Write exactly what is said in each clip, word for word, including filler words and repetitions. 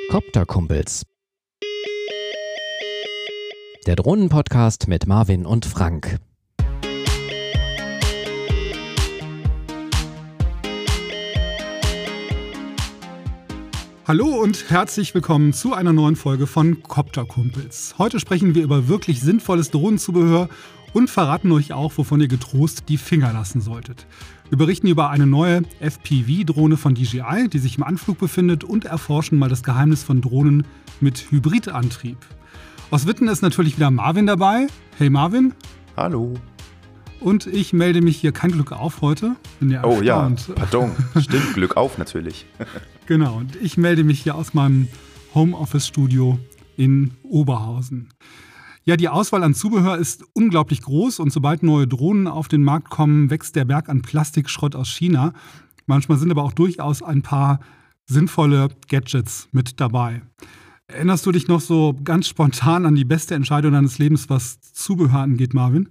Copter-Kumpels. Der Drohnen-Podcast mit Marvin und Frank. Hallo und herzlich willkommen zu einer neuen Folge von Copter-Kumpels. Heute sprechen wir über wirklich sinnvolles Drohnenzubehör und verraten euch auch, wovon ihr getrost die Finger lassen solltet. Wir berichten über eine neue F P V-Drohne von D J I, die sich im Anflug befindet, und erforschen mal das Geheimnis von Drohnen mit Hybridantrieb. Aus Witten ist natürlich wieder Marvin dabei. Hey Marvin. Hallo. Und ich melde mich hier, kein Glück auf heute. Bin ja oh ja, erstaunt. Pardon. Stimmt, Glück auf natürlich. Genau, und ich melde mich hier aus meinem Homeoffice-Studio in Oberhausen. Ja, die Auswahl an Zubehör ist unglaublich groß und sobald neue Drohnen auf den Markt kommen, wächst der Berg an Plastikschrott aus China. Manchmal sind aber auch durchaus ein paar sinnvolle Gadgets mit dabei. Erinnerst du dich noch so ganz spontan an die beste Entscheidung deines Lebens, was Zubehör angeht, Marvin?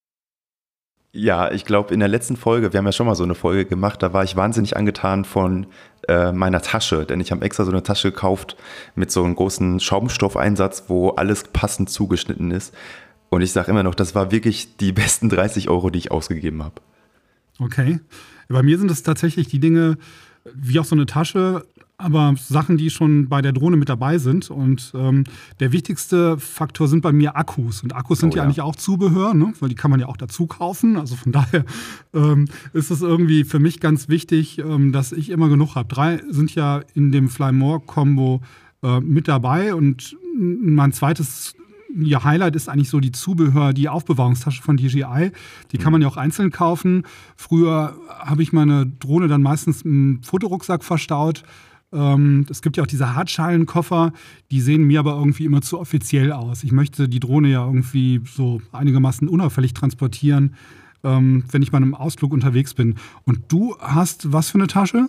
Ja, ich glaube, in der letzten Folge, wir haben ja schon mal so eine Folge gemacht, da war ich wahnsinnig angetan von äh, meiner Tasche, denn ich habe extra so eine Tasche gekauft mit so einem großen Schaumstoffeinsatz, wo alles passend zugeschnitten ist. Und ich sage immer noch, das war wirklich die besten dreißig Euro, die ich ausgegeben habe. Okay, bei mir sind es tatsächlich die Dinge, wie auch so eine Tasche, aber Sachen, die schon bei der Drohne mit dabei sind. Und ähm, der wichtigste Faktor sind bei mir Akkus. Und Akkus sind oh, ja, ja eigentlich auch Zubehör, ne? Weil die kann man ja auch dazu kaufen. Also von daher ähm, ist es irgendwie für mich ganz wichtig, ähm, dass ich immer genug habe. Drei sind ja in dem Fly More-Kombo äh, mit dabei. Und mein zweites ja, Highlight ist eigentlich so die Zubehör, die Aufbewahrungstasche von D J I. Die kann man ja auch einzeln kaufen. Früher habe ich meine Drohne dann meistens im Fotorucksack verstaut. Ähm, es gibt ja auch diese Hartschalenkoffer, die sehen mir aber irgendwie immer zu offiziell aus. Ich möchte die Drohne ja irgendwie so einigermaßen unauffällig transportieren, ähm, wenn ich bei einem Ausflug unterwegs bin. Und du hast was für eine Tasche?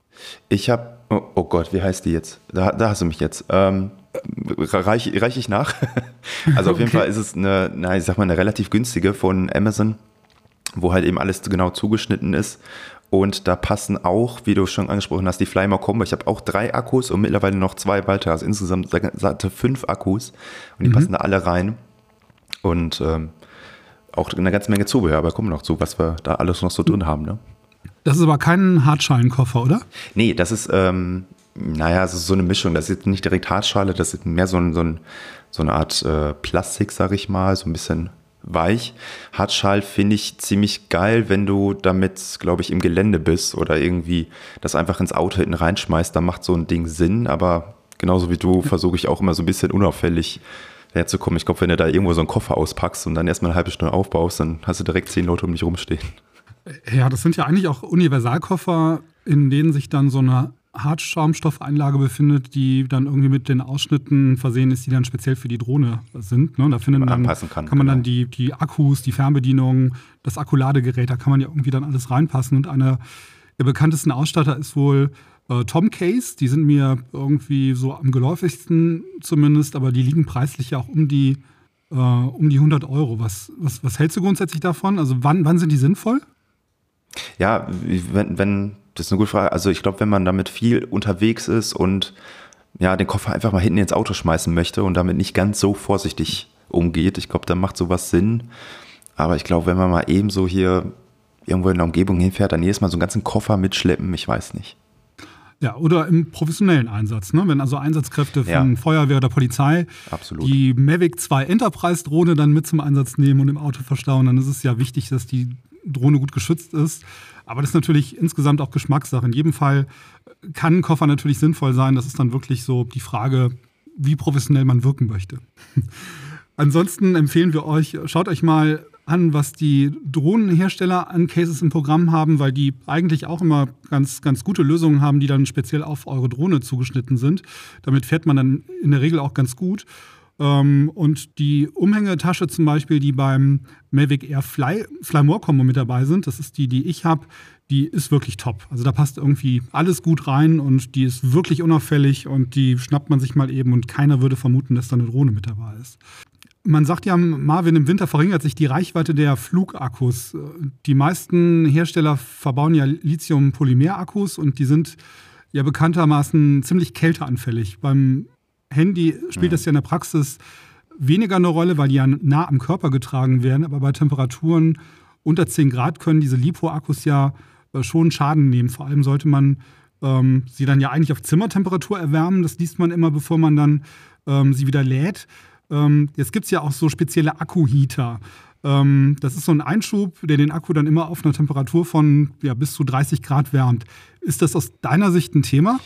Ich habe, oh, oh Gott, wie heißt die jetzt? Da, da hast du mich jetzt. Ähm, Reiche reich ich nach? Also auf jeden okay. Fall ist es eine, na, ich sag mal, eine relativ günstige von Amazon, wo halt eben alles genau zugeschnitten ist. Und da passen auch, wie du schon angesprochen hast, die Fly More Combo. Ich habe auch drei Akkus und mittlerweile noch zwei weitere. Also insgesamt satte fünf Akkus und die mhm. passen da alle rein. Und ähm, auch eine ganze Menge Zubehör, aber kommen wir noch zu, was wir da alles noch so drin haben. Ne? Das ist aber kein Hartschalenkoffer, oder? Nee, das ist, ähm, naja, es ist so eine Mischung. Das ist nicht direkt Hartschale, das ist mehr so, ein, so, ein, so eine Art äh, Plastik, sag ich mal, so ein bisschen weich. Hartschal finde ich ziemlich geil, wenn du damit, glaube ich, im Gelände bist oder irgendwie das einfach ins Auto hinten reinschmeißt, dann macht so ein Ding Sinn, aber genauso wie du versuche ich auch immer so ein bisschen unauffällig herzukommen. Ich glaube, wenn du da irgendwo so einen Koffer auspackst und dann erstmal eine halbe Stunde aufbaust, dann hast du direkt zehn Leute um dich rumstehen. Ja, das sind ja eigentlich auch Universalkoffer, in denen sich dann so eine Hartschaumstoffeinlage befindet, die dann irgendwie mit den Ausschnitten versehen ist, die dann speziell für die Drohne sind. Ne? Da findet dann, anpassen kann, kann man genau. dann die, die Akkus, die Fernbedienung, das Akkuladegerät, da kann man ja irgendwie dann alles reinpassen. Und einer der bekanntesten Ausstatter ist wohl äh, Tomcase. Die sind mir irgendwie so am geläufigsten zumindest, aber die liegen preislich ja auch um die, äh, um die hundert Euro. Was, was, was hältst du grundsätzlich davon? Also wann, wann sind die sinnvoll? Ja, wenn, wenn das ist eine gute Frage. Also ich glaube, wenn man damit viel unterwegs ist und ja, den Koffer einfach mal hinten ins Auto schmeißen möchte und damit nicht ganz so vorsichtig umgeht, ich glaube, dann macht sowas Sinn. Aber ich glaube, wenn man mal eben so hier irgendwo in der Umgebung hinfährt, dann jedes Mal so einen ganzen Koffer mitschleppen, ich weiß nicht. Ja, oder im professionellen Einsatz, ne? Wenn also Einsatzkräfte von ja. Feuerwehr oder Polizei Absolut. Die Mavic zwei Enterprise-Drohne dann mit zum Einsatz nehmen und im Auto verstauen, dann ist es ja wichtig, dass die Drohne gut geschützt ist. Aber das ist natürlich insgesamt auch Geschmackssache. In jedem Fall kann ein Koffer natürlich sinnvoll sein. Das ist dann wirklich so die Frage, wie professionell man wirken möchte. Ansonsten empfehlen wir euch, schaut euch mal an, was die Drohnenhersteller an Cases im Programm haben, weil die eigentlich auch immer ganz, ganz gute Lösungen haben, die dann speziell auf eure Drohne zugeschnitten sind. Damit fährt man dann in der Regel auch ganz gut. Und die Umhängetasche zum Beispiel, die beim Mavic Air Fly, Fly More Combo mit dabei sind, das ist die, die ich habe, die ist wirklich top. Also da passt irgendwie alles gut rein und die ist wirklich unauffällig und die schnappt man sich mal eben und keiner würde vermuten, dass da eine Drohne mit dabei ist. Man sagt ja, Marvin, im Winter verringert sich die Reichweite der Flugakkus. Die meisten Hersteller verbauen ja Lithium-Polymer-Akkus und die sind ja bekanntermaßen ziemlich kälteanfällig. Beim Handy spielt das ja in der Praxis weniger eine Rolle, weil die ja nah am Körper getragen werden. Aber bei Temperaturen unter zehn Grad können diese Lipo-Akkus ja äh, schon Schaden nehmen. Vor allem sollte man ähm, sie dann ja eigentlich auf Zimmertemperatur erwärmen. Das liest man immer, bevor man dann ähm, sie wieder lädt. Ähm, jetzt gibt es ja auch so spezielle Akkuheater. Ähm, das ist so ein Einschub, der den Akku dann immer auf einer Temperatur von ja, bis zu dreißig Grad wärmt. Ist das aus deiner Sicht ein Thema?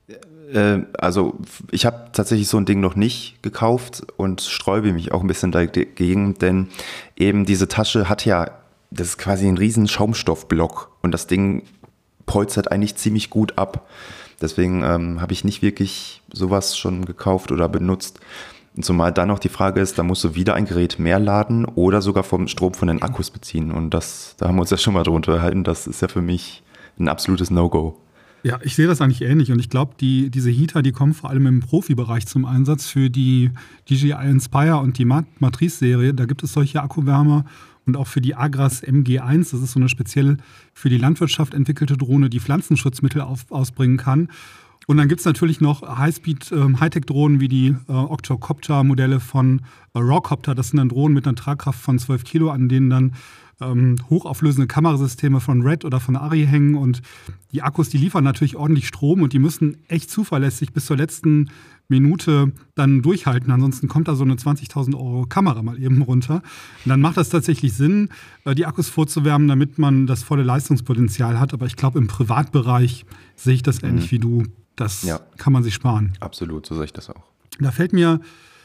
Also ich habe tatsächlich so ein Ding noch nicht gekauft und sträube mich auch ein bisschen dagegen, denn eben diese Tasche hat ja, das ist quasi ein riesen Schaumstoffblock und das Ding polstert eigentlich ziemlich gut ab. Deswegen ähm, habe ich nicht wirklich sowas schon gekauft oder benutzt. Und zumal dann noch die Frage ist, da musst du wieder ein Gerät mehr laden oder sogar vom Strom von den Akkus beziehen. Und das, da haben wir uns ja schon mal drunter unterhalten, das ist ja für mich ein absolutes No-Go. Ja, ich sehe das eigentlich ähnlich und ich glaube, die, diese Heater, die kommen vor allem im Profibereich zum Einsatz für die D J I Inspire und die Matrice-Serie. Da gibt es solche Akkuwärmer und auch für die Agras M G eins, das ist so eine speziell für die Landwirtschaft entwickelte Drohne, die Pflanzenschutzmittel auf, ausbringen kann. Und dann gibt es natürlich noch Highspeed, ähm, Hightech-Drohnen wie die äh, Octocopter-Modelle von äh, Rawcopter. Das sind dann Drohnen mit einer Tragkraft von zwölf Kilo, an denen dann ähm, hochauflösende Kamerasysteme von Red oder von Arri hängen. Und die Akkus, die liefern natürlich ordentlich Strom und die müssen echt zuverlässig bis zur letzten Minute dann durchhalten. Ansonsten kommt da so eine zwanzigtausend Euro Kamera mal eben runter. Und dann macht das tatsächlich Sinn, äh, die Akkus vorzuwärmen, damit man das volle Leistungspotenzial hat. Aber ich glaube, im Privatbereich sehe ich das ähnlich mhm. wie du. Das ja. kann man sich sparen. Absolut, so sehe ich das auch. Da fällt mir,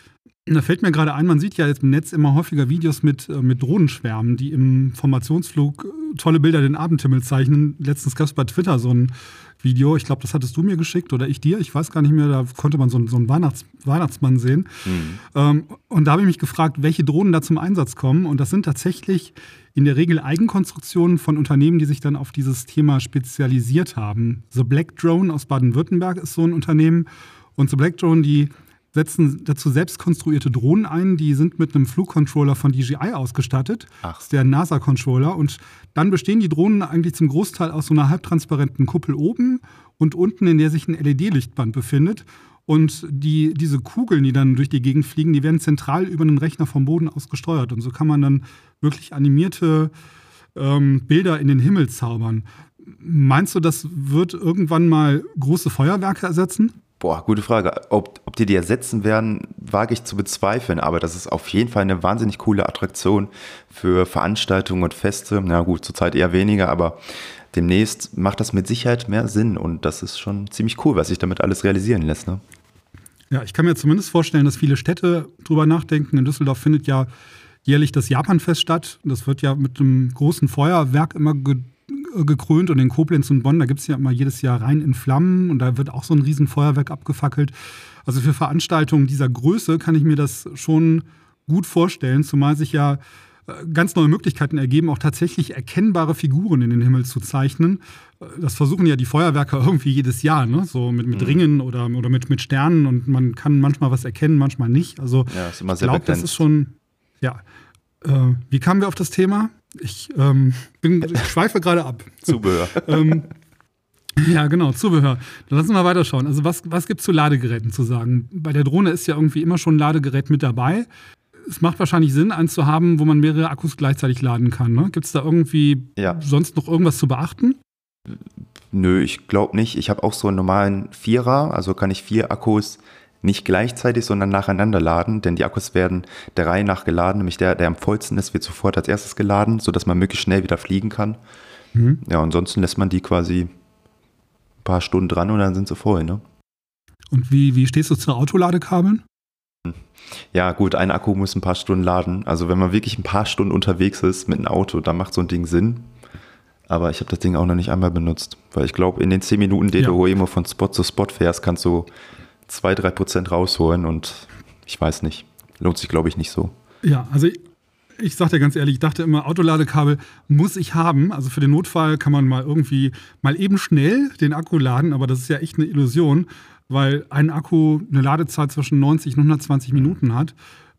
da fällt mir gerade ein, man sieht ja jetzt im Netz immer häufiger Videos mit, mit Drohnenschwärmen, die im Formationsflug tolle Bilder den Abendhimmel zeichnen. Letztens gab es bei Twitter so ein Video, ich glaube, das hattest du mir geschickt oder ich dir, ich weiß gar nicht mehr, da konnte man so, so einen Weihnachts, Weihnachtsmann sehen. Mhm. Ähm, und da habe ich mich gefragt, welche Drohnen da zum Einsatz kommen. Und das sind tatsächlich in der Regel Eigenkonstruktionen von Unternehmen, die sich dann auf dieses Thema spezialisiert haben. The Black Drone aus Baden-Württemberg ist so ein Unternehmen. Und The Black Drone, die setzen dazu selbst konstruierte Drohnen ein. Die sind mit einem Flugcontroller von D J I ausgestattet. Ach. Das ist der NASA-Controller. Und dann bestehen die Drohnen eigentlich zum Großteil aus so einer halbtransparenten Kuppel oben und unten, in der sich ein L E D-Lichtband befindet. Und die, diese Kugeln, die dann durch die Gegend fliegen, die werden zentral über einen Rechner vom Boden aus gesteuert. Und so kann man dann wirklich animierte ähm, Bilder in den Himmel zaubern. Meinst du, das wird irgendwann mal große Feuerwerke ersetzen? Boah, gute Frage. Ob, ob die die ersetzen werden, wage ich zu bezweifeln. Aber das ist auf jeden Fall eine wahnsinnig coole Attraktion für Veranstaltungen und Feste. Na gut, zurzeit eher weniger, aber demnächst macht das mit Sicherheit mehr Sinn. Und das ist schon ziemlich cool, was sich damit alles realisieren lässt, ne? Ja, ich kann mir zumindest vorstellen, dass viele Städte drüber nachdenken. In Düsseldorf findet ja jährlich das Japanfest statt. Das wird ja mit einem großen Feuerwerk immer ge- gekrönt. Und in Koblenz und Bonn, da gibt es ja immer jedes Jahr Rhein in Flammen. Und da wird auch so ein riesen Feuerwerk abgefackelt. Also für Veranstaltungen dieser Größe kann ich mir das schon gut vorstellen. Zumal sich ja ganz neue Möglichkeiten ergeben, auch tatsächlich erkennbare Figuren in den Himmel zu zeichnen. Das versuchen ja die Feuerwerker irgendwie jedes Jahr, ne? So mit, mit Ringen oder, oder mit, mit Sternen und man kann manchmal was erkennen, manchmal nicht. Also ja, ist immer ich sehr glaube, das ist schon, ja. Äh, wie kamen wir auf das Thema? Ich, ähm, bin, ich schweife gerade ab. Zubehör. ähm, ja, genau, Zubehör. Dann lassen wir weiterschauen. Also was, was gibt es zu Ladegeräten zu sagen? Bei der Drohne ist ja irgendwie immer schon ein Ladegerät mit dabei. Es macht wahrscheinlich Sinn, eins zu haben, wo man mehrere Akkus gleichzeitig laden kann. Ne? Gibt es da irgendwie ja. sonst noch irgendwas zu beachten? Nö, ich glaube nicht. Ich habe auch so einen normalen Vierer, also kann ich vier Akkus nicht gleichzeitig, sondern nacheinander laden, denn die Akkus werden der Reihe nach geladen, nämlich der, der am vollsten ist, wird sofort als erstes geladen, sodass man möglichst schnell wieder fliegen kann. Mhm. Ja, ansonsten lässt man die quasi ein paar Stunden dran und dann sind sie voll, ne? Und wie, wie stehst du zu Autoladekabeln? Ja gut, ein Akku muss ein paar Stunden laden. Also wenn man wirklich ein paar Stunden unterwegs ist mit einem Auto, dann macht so ein Ding Sinn. Aber ich habe das Ding auch noch nicht einmal benutzt. Weil ich glaube, in den zehn Minuten, die ja. du immer von Spot zu Spot fährst, kannst du zwei bis drei Prozent rausholen. Und ich weiß nicht, lohnt sich glaube ich nicht so. Ja, also ich, ich sag dir ganz ehrlich, ich dachte immer, Autoladekabel muss ich haben. Also für den Notfall kann man mal irgendwie mal eben schnell den Akku laden. Aber das ist ja echt eine Illusion. Weil ein Akku eine Ladezeit zwischen neunzig und hundertzwanzig Minuten hat.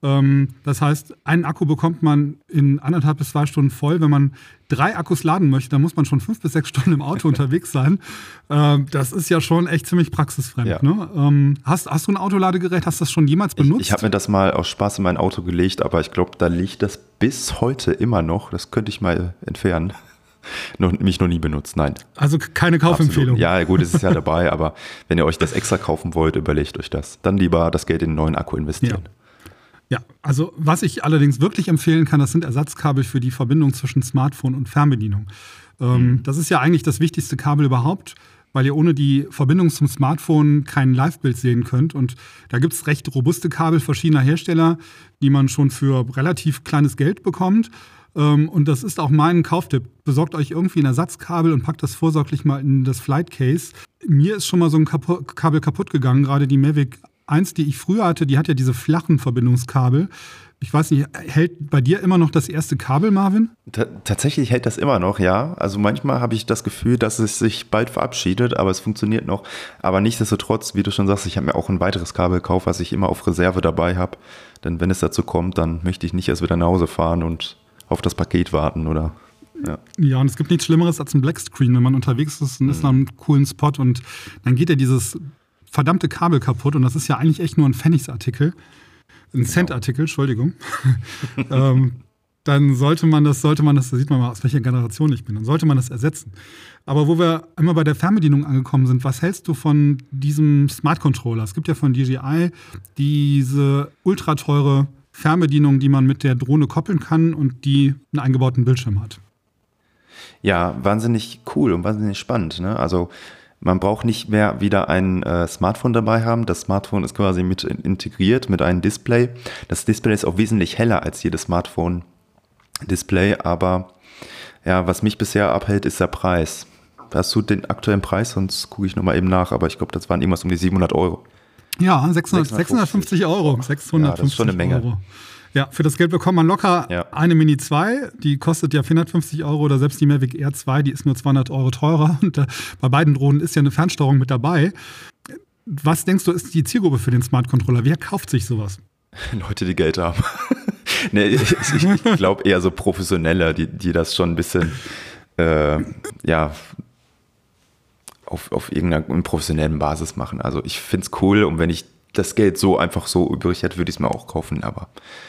Ähm, das heißt, einen Akku bekommt man in anderthalb bis zwei Stunden voll. Wenn man drei Akkus laden möchte, dann muss man schon fünf bis sechs Stunden im Auto unterwegs sein. Ähm, das ist ja schon echt ziemlich praxisfremd. Ja. Ne? Ähm, hast, hast du ein Autoladegerät? Hast du das schon jemals benutzt? Ich, ich habe mir das mal aus Spaß in mein Auto gelegt, aber ich glaube, da liegt das bis heute immer noch. Das könnte ich mal entfernen. Noch, mich noch nie benutzt, nein. Also keine Kaufempfehlung. Absolut. Ja, gut, es ist ja dabei, aber wenn ihr euch das extra kaufen wollt, überlegt euch das. Dann lieber das Geld in einen neuen Akku investieren. Ja. Ja, also was ich allerdings wirklich empfehlen kann, das sind Ersatzkabel für die Verbindung zwischen Smartphone und Fernbedienung. Ähm, mhm. Das ist ja eigentlich das wichtigste Kabel überhaupt, weil ihr ohne die Verbindung zum Smartphone kein Live-Bild sehen könnt. Und da gibt es recht robuste Kabel verschiedener Hersteller, die man schon für relativ kleines Geld bekommt. Und das ist auch mein Kauftipp. Besorgt euch irgendwie ein Ersatzkabel und packt das vorsorglich mal in das Flight Case. Mir ist schon mal so ein Kabel kaputt gegangen, gerade die Mavic eins, die ich früher hatte, die hat ja diese flachen Verbindungskabel. Ich weiß nicht, hält bei dir immer noch das erste Kabel, Marvin? T- tatsächlich hält das immer noch, ja. Also manchmal habe ich das Gefühl, dass es sich bald verabschiedet, aber es funktioniert noch. Aber nichtsdestotrotz, wie du schon sagst, ich habe mir auch ein weiteres Kabel gekauft, was ich immer auf Reserve dabei habe. Denn wenn es dazu kommt, dann möchte ich nicht erst wieder nach Hause fahren und auf das Paket warten, oder? Ja. Ja, und es gibt nichts Schlimmeres als ein Blackscreen, wenn man unterwegs ist und ist an einem coolen Spot und dann geht ja dieses verdammte Kabel kaputt und das ist ja eigentlich echt nur ein Pfennigsartikel, ein Centartikel, Entschuldigung. ähm, dann sollte man das, sollte man das, da sieht man mal, aus welcher Generation ich bin, dann sollte man das ersetzen. Aber wo wir einmal bei der Fernbedienung angekommen sind, was hältst du von diesem Smart Controller? Es gibt ja von D J I diese ultra teure Fernbedienung, die man mit der Drohne koppeln kann und die einen eingebauten Bildschirm hat. Ja, wahnsinnig cool und wahnsinnig spannend. Ne? Also man braucht nicht mehr wieder ein äh, Smartphone dabei haben. Das Smartphone ist quasi mit integriert mit einem Display. Das Display ist auch wesentlich heller als jedes Smartphone-Display, aber ja, was mich bisher abhält, ist der Preis. Hast du den aktuellen Preis? Sonst gucke ich nochmal eben nach, aber ich glaube, das waren irgendwas um die siebenhundert Euro. Ja, sechshundert, sechshundertfünfzig Euro. sechshundertfünfzig ja, das ist schon eine Menge. Euro. Ja, für das Geld bekommt man locker ja. eine Mini zwei, die kostet ja vierhundertfünfzig Euro, oder selbst die Mavic Air zwei, die ist nur zweihundert Euro teurer. Und äh, bei beiden Drohnen ist ja eine Fernsteuerung mit dabei. Was denkst du, ist die Zielgruppe für den Smart Controller? Wer kauft sich sowas? Leute, die Geld haben. nee, ich ich glaube eher so Professionelle, die, die das schon ein bisschen, äh, ja, auf, auf irgendeiner professionellen Basis machen. Also ich finde es cool und wenn ich das Geld so einfach so übrig hätte, würde ich es mir auch kaufen, aber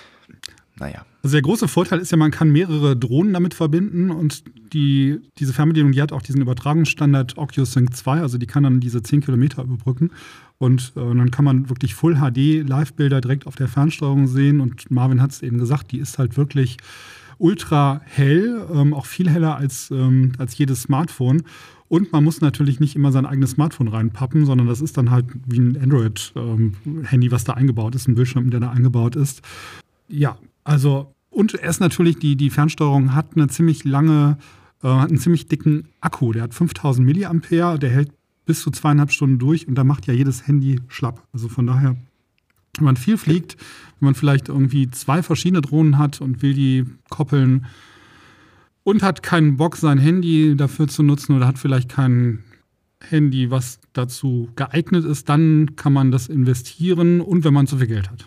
naja. Also der große Vorteil ist ja, man kann mehrere Drohnen damit verbinden und die, diese Fernbedienung, die hat auch diesen Übertragungsstandard OcuSync zwei, also die kann dann diese zehn Kilometer überbrücken und äh, dann kann man wirklich Full H D Live-Bilder direkt auf der Fernsteuerung sehen und Marvin hat es eben gesagt, die ist halt wirklich ultra hell, ähm, auch viel heller als, ähm, als jedes Smartphone. Und man muss natürlich nicht immer sein eigenes Smartphone reinpappen, sondern das ist dann halt wie ein Android-Handy, was da eingebaut ist, ein Bildschirm, der da eingebaut ist. Ja, also, und erst natürlich, die, die Fernsteuerung hat eine ziemlich lange, äh, hat einen ziemlich dicken Akku. Der hat fünftausend Milliampere, der hält bis zu zweieinhalb Stunden durch und da macht ja jedes Handy schlapp. Also von daher, wenn man viel fliegt, wenn man vielleicht irgendwie zwei verschiedene Drohnen hat und will die koppeln, und hat keinen Bock, sein Handy dafür zu nutzen oder hat vielleicht kein Handy, was dazu geeignet ist, dann kann man das investieren und wenn man zu viel Geld hat.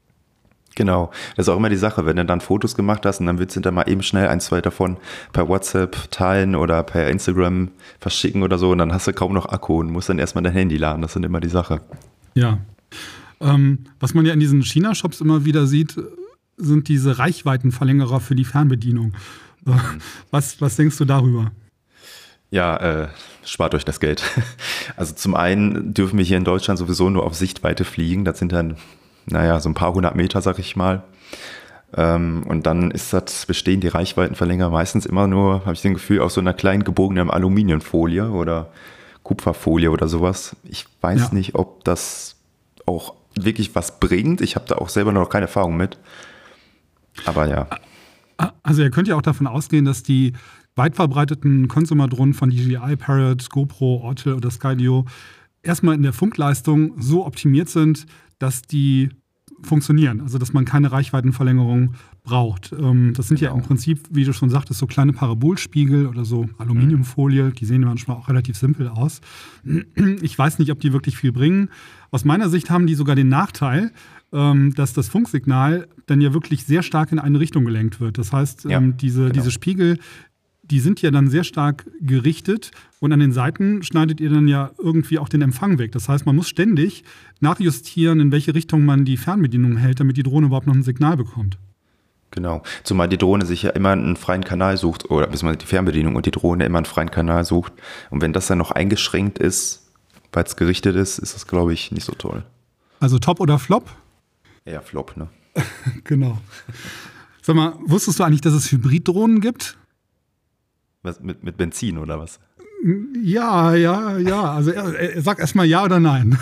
Genau, das ist auch immer die Sache, wenn du dann Fotos gemacht hast und dann willst du dann mal eben schnell ein, zwei davon per WhatsApp teilen oder per Instagram verschicken oder so und dann hast du kaum noch Akku und musst dann erstmal dein Handy laden, das ist immer die Sache. Ja, ähm, was man ja in diesen China-Shops immer wieder sieht, sind diese Reichweitenverlängerer für die Fernbedienung. Was, was denkst du darüber? Ja, äh, spart euch das Geld. Also zum einen dürfen wir hier in Deutschland sowieso nur auf Sichtweite fliegen. Das sind dann, naja, so ein paar hundert Meter, sag ich mal. Ähm, und dann ist das, bestehen die Reichweitenverlänger meistens immer nur, habe ich den Gefühl, aus so einer kleinen gebogenen Aluminiumfolie oder Kupferfolie oder sowas. Ich weiß ja. nicht, ob das auch wirklich was bringt. Ich habe da auch selber noch keine Erfahrung mit. Aber ja. Also ihr könnt ja auch davon ausgehen, dass die weit verbreiteten Consumer-Drohnen von D J I, Parrot, GoPro, Ortel oder Skydio erstmal in der Funkleistung so optimiert sind, dass die funktionieren. Also dass man keine Reichweitenverlängerung braucht. Das sind genau. ja im Prinzip, wie du schon sagtest, so kleine Parabolspiegel oder so Aluminiumfolie. Die sehen manchmal auch relativ simpel aus. Ich weiß nicht, ob die wirklich viel bringen. Aus meiner Sicht haben die sogar den Nachteil, ähm, dass das Funksignal dann ja wirklich sehr stark in eine Richtung gelenkt wird. Das heißt, Ja, ähm, diese, genau. diese Spiegel, die sind ja dann sehr stark gerichtet und an den Seiten schneidet ihr dann ja irgendwie auch den Empfang weg. Das heißt, man muss ständig nachjustieren, in welche Richtung man die Fernbedienung hält, damit die Drohne überhaupt noch ein Signal bekommt. Genau. Zumal die Drohne sich ja immer einen freien Kanal sucht, oder beziehungsweise die Fernbedienung und die Drohne immer einen freien Kanal sucht. Und wenn das dann noch eingeschränkt ist, weil es gerichtet ist, ist das, glaube ich, nicht so toll. Also Top oder Flop? Eher Flop, ne? Genau. Sag mal, wusstest du eigentlich, dass es Hybriddrohnen gibt? Was, mit, mit Benzin oder was? Ja, ja, ja. Also äh, sag erstmal ja oder nein.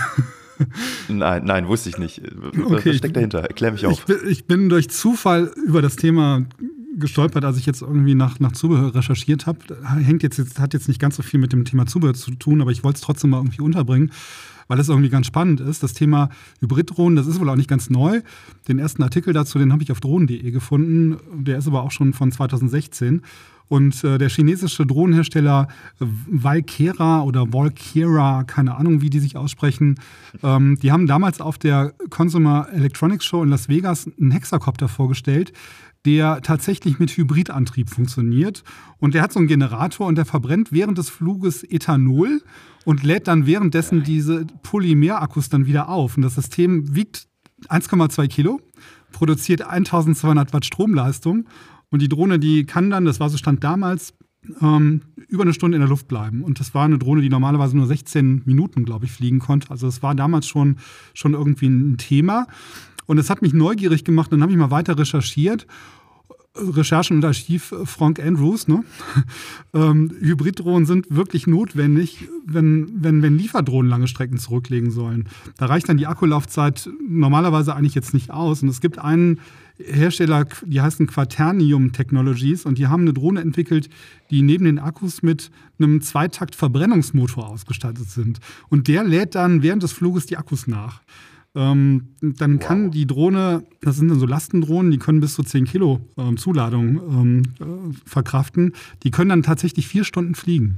Nein, nein, wusste ich nicht. Was, Okay, was steckt dahinter? Erklär mich auf. Ich bin, ich bin durch Zufall über das Thema gestolpert, als ich jetzt irgendwie nach, nach Zubehör recherchiert habe. Hängt jetzt, jetzt, hat jetzt nicht ganz so viel mit dem Thema Zubehör zu tun, aber ich wollte es trotzdem mal irgendwie unterbringen, weil es irgendwie ganz spannend ist. Das Thema Hybriddrohnen, das ist wohl auch nicht ganz neu. Den ersten Artikel dazu, den habe ich auf drohnen punkt de gefunden. Der ist aber auch schon von zwanzig sechzehn. Und äh, der chinesische Drohnenhersteller Valkera oder Valkera, keine Ahnung, wie die sich aussprechen, ähm, die haben damals auf der Consumer Electronics Show in Las Vegas einen Hexakopter vorgestellt, der tatsächlich mit Hybridantrieb funktioniert. Und der hat so einen Generator und der verbrennt während des Fluges Ethanol und lädt dann währenddessen diese Polymerakkus dann wieder auf. Und das System wiegt eins Komma zwei Kilo, produziert eintausendzweihundert Watt Stromleistung. Und die Drohne, die kann dann, das war so Stand damals, ähm, über eine Stunde in der Luft bleiben. Und das war eine Drohne, die normalerweise nur sechzehn Minuten, glaube ich, fliegen konnte. Also das war damals schon, schon irgendwie ein Thema. Und es hat mich neugierig gemacht. Dann habe ich mal weiter recherchiert. Recherchen und Archiv Frank Andrews. Ne? ähm, Hybriddrohnen sind wirklich notwendig, wenn, wenn, wenn Lieferdrohnen lange Strecken zurücklegen sollen. Da reicht dann die Akkulaufzeit normalerweise eigentlich jetzt nicht aus. Und es gibt einen Hersteller, die heißen Quaternium Technologies, und die haben eine Drohne entwickelt, die neben den Akkus mit einem Zweitakt-Verbrennungsmotor ausgestattet sind. Und der lädt dann während des Fluges die Akkus nach. Ähm, dann wow. kann die Drohne, das sind dann so Lastendrohnen, die können bis zu zehn Kilo ähm, Zuladung ähm, äh, verkraften. Die können dann tatsächlich vier Stunden fliegen.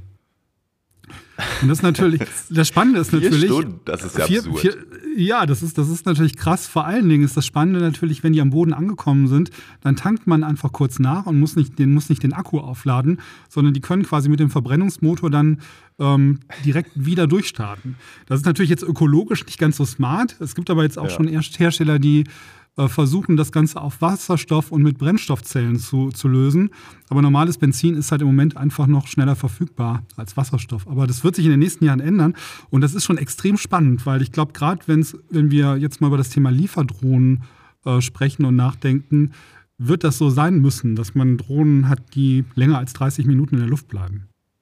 Und das ist natürlich, das Spannende ist natürlich. Vier Stunden, das ist ja vier, absurd. Vier, ja, das ist, das ist natürlich krass. Vor allen Dingen ist das Spannende natürlich, wenn die am Boden angekommen sind, dann tankt man einfach kurz nach und muss nicht den, muss nicht den Akku aufladen, sondern die können quasi mit dem Verbrennungsmotor dann ähm, direkt wieder durchstarten. Das ist natürlich jetzt ökologisch nicht ganz so smart. Es gibt aber jetzt auch ja. schon Hersteller, die äh, versuchen, das Ganze auf Wasserstoff und mit Brennstoffzellen zu, zu lösen. Aber normales Benzin ist halt im Moment einfach noch schneller verfügbar als Wasserstoff. Aber das wird sich in den nächsten Jahren ändern. Und das ist schon extrem spannend, weil ich glaube, gerade wenn wir jetzt mal über das Thema Lieferdrohnen äh, sprechen und nachdenken, wird das so sein müssen, dass man Drohnen hat, die länger als dreißig Minuten in der Luft bleiben.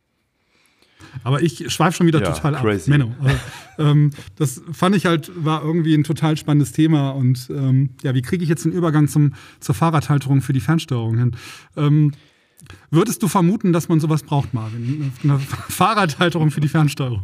Aber ich schweife schon wieder ja, total crazy. ab. Menno. Also, ähm, das fand ich halt, war irgendwie ein total spannendes Thema. Und ähm, ja, wie kriege ich jetzt den Übergang zum, zur Fahrradhalterung für die Fernsteuerung hin? Ähm, würdest du vermuten, dass man sowas braucht, Marvin? Eine Fahrradhalterung für die Fernsteuerung?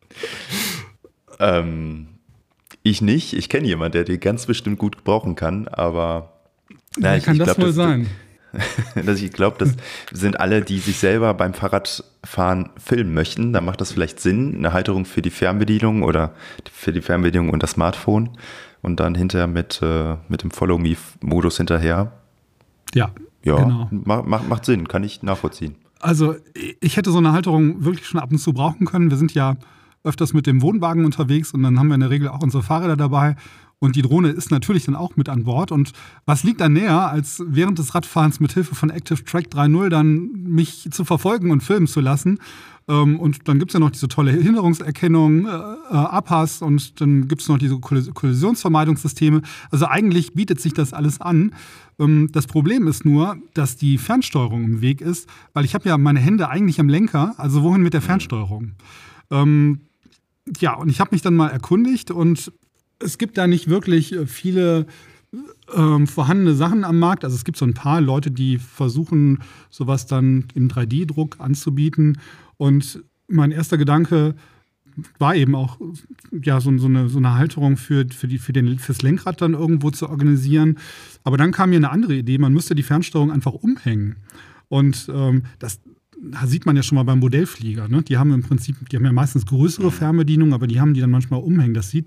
Ähm, ich nicht. Ich kenne jemanden, der die ganz bestimmt gut gebrauchen kann. Aber na, Wie ich, kann ich das glaub, wohl das, sein? dass ich glaube, das sind alle, die sich selber beim Fahrradfahren filmen möchten. Da macht das vielleicht Sinn, eine Halterung für die Fernbedienung oder für die Fernbedienung und das Smartphone und dann hinterher mit, äh, mit dem Follow-Me-Modus hinterher. Ja, ja genau. Macht, macht, macht Sinn, kann ich nachvollziehen. Also ich hätte so eine Halterung wirklich schon ab und zu brauchen können. Wir sind ja öfters mit dem Wohnwagen unterwegs und dann haben wir in der Regel auch unsere Fahrräder dabei. Und die Drohne ist natürlich dann auch mit an Bord. Und was liegt da näher, als während des Radfahrens mit Hilfe von Active Track drei Punkt null dann mich zu verfolgen und filmen zu lassen. Und dann gibt es ja noch diese tolle Hinderungserkennung, äh, A P A S, und dann gibt es noch diese Kollisionsvermeidungssysteme. Also eigentlich bietet sich das alles an. Das Problem ist nur, dass die Fernsteuerung im Weg ist, weil ich habe ja meine Hände eigentlich am Lenker. Also wohin mit der Fernsteuerung? Ähm, ja, und ich habe mich dann mal erkundigt und es gibt da nicht wirklich viele ähm, vorhandene Sachen am Markt. Also es gibt so ein paar Leute, die versuchen, sowas dann im drei D Druck anzubieten. Und mein erster Gedanke war eben auch, ja, so, so, eine, so eine Halterung für, für die, für den, fürs Lenkrad dann irgendwo zu organisieren. Aber dann kam mir eine andere Idee, man müsste die Fernsteuerung einfach umhängen. Und ähm, das Da sieht man ja schon mal beim Modellflieger. Ne? Die haben im Prinzip, die haben ja meistens größere Fernbedienungen, aber die haben die dann manchmal umhängen. Das sieht,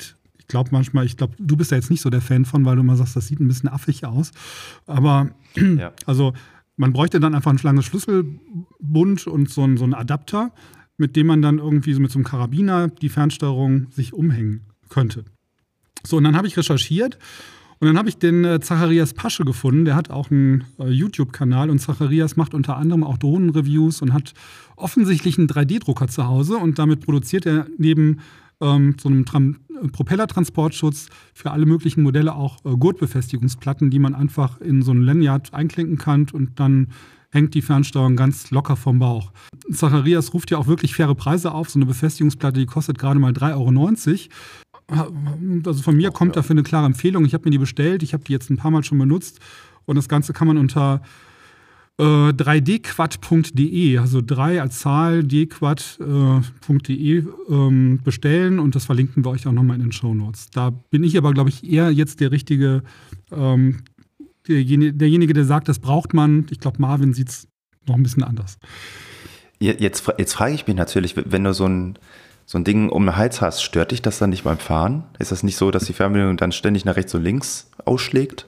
Ich glaube manchmal, ich glaube, du bist ja jetzt nicht so der Fan von, weil du immer sagst, das sieht ein bisschen affig aus. Aber ja. also man bräuchte dann einfach ein langes Schlüsselbund und so einen, so einen Adapter, mit dem man dann irgendwie so mit so einem Karabiner die Fernsteuerung sich umhängen könnte. So, und dann habe ich recherchiert und dann habe ich den äh, Zacharias Pasche gefunden. Der hat auch einen äh, YouTube-Kanal und Zacharias macht unter anderem auch Drohnenreviews und hat offensichtlich einen drei D Drucker zu Hause und damit produziert er neben ähm, so einem Tram- Propellertransportschutz für alle möglichen Modelle auch äh, Gurtbefestigungsplatten, die man einfach in so ein Lanyard einklinken kann und dann hängt die Fernsteuerung ganz locker vom Bauch. Zacharias ruft ja auch wirklich faire Preise auf. So eine Befestigungsplatte, die kostet gerade mal drei Euro neunzig. Also von mir kommt dafür eine klare Empfehlung. Ich habe mir die bestellt, ich habe die jetzt ein paar Mal schon benutzt und das Ganze kann man unter äh, drei d quad punkt d e, also drei als Zahl, d quad punkt d e ähm, bestellen und das verlinken wir euch auch nochmal in den Shownotes. Da bin ich aber, glaube ich, eher jetzt der richtige, ähm, derjenige, derjenige, der sagt, das braucht man. Ich glaube, Marvin sieht es noch ein bisschen anders. Jetzt, jetzt frage ich mich natürlich, wenn du so ein so ein Ding um den Hals hast, stört dich das dann nicht beim Fahren? Ist das nicht so, dass die Fernbedienung dann ständig nach rechts und links ausschlägt?